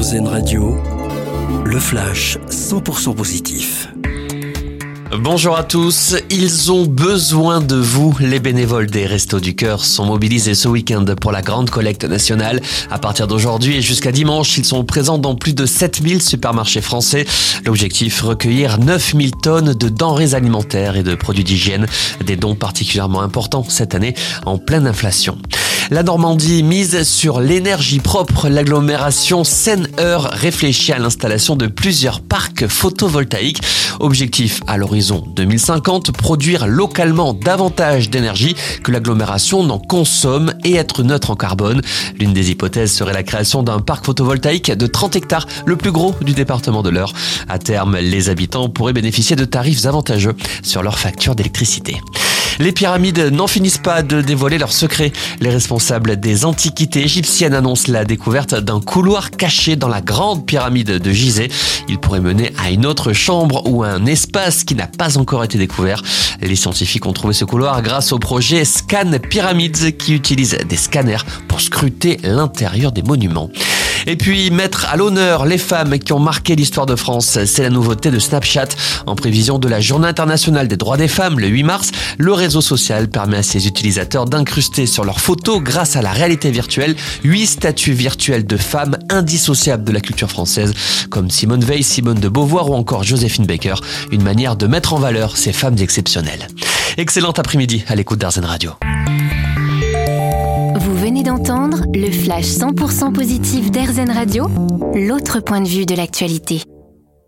RZN Radio, le flash 100% positif. Bonjour à tous, ils ont besoin de vous. Les bénévoles des Restos du Cœur sont mobilisés ce week-end pour la grande collecte nationale. À partir d'aujourd'hui et jusqu'à dimanche, ils sont présents dans plus de 7000 supermarchés français. L'objectif, recueillir 9000 tonnes de denrées alimentaires et de produits d'hygiène. Des dons particulièrement importants cette année en pleine inflation. La Normandie mise sur l'énergie propre. L'agglomération Seine-Eure réfléchit à l'installation de plusieurs parcs photovoltaïques. Objectif à l'horizon 2050, produire localement davantage d'énergie que l'agglomération n'en consomme et être neutre en carbone. L'une des hypothèses serait la création d'un parc photovoltaïque de 30 hectares, le plus gros du département de l'Eure. À terme, les habitants pourraient bénéficier de tarifs avantageux sur leur facture d'électricité. Les pyramides n'en finissent pas de dévoiler leurs secrets. Les responsables des antiquités égyptiennes annoncent la découverte d'un couloir caché dans la grande pyramide de Gizeh. Il pourrait mener à une autre chambre ou à un espace qui n'a pas encore été découvert. Les scientifiques ont trouvé ce couloir grâce au projet Scan Pyramids qui utilise des scanners pour scruter l'intérieur des monuments. Et puis mettre à l'honneur les femmes qui ont marqué l'histoire de France. C'est la nouveauté de Snapchat. En prévision de la Journée internationale des droits des femmes, le 8 mars, le réseau social permet à ses utilisateurs d'incruster sur leurs photos, grâce à la réalité virtuelle, 8 statues virtuelles de femmes indissociables de la culture française, comme Simone Veil, Simone de Beauvoir ou encore Joséphine Baker. Une manière de mettre en valeur ces femmes exceptionnelles. Excellent après-midi à l'écoute d'RZN Radio. Vous venez d'entendre le flash 100% positif d'RZN Radio, l'autre point de vue de l'actualité.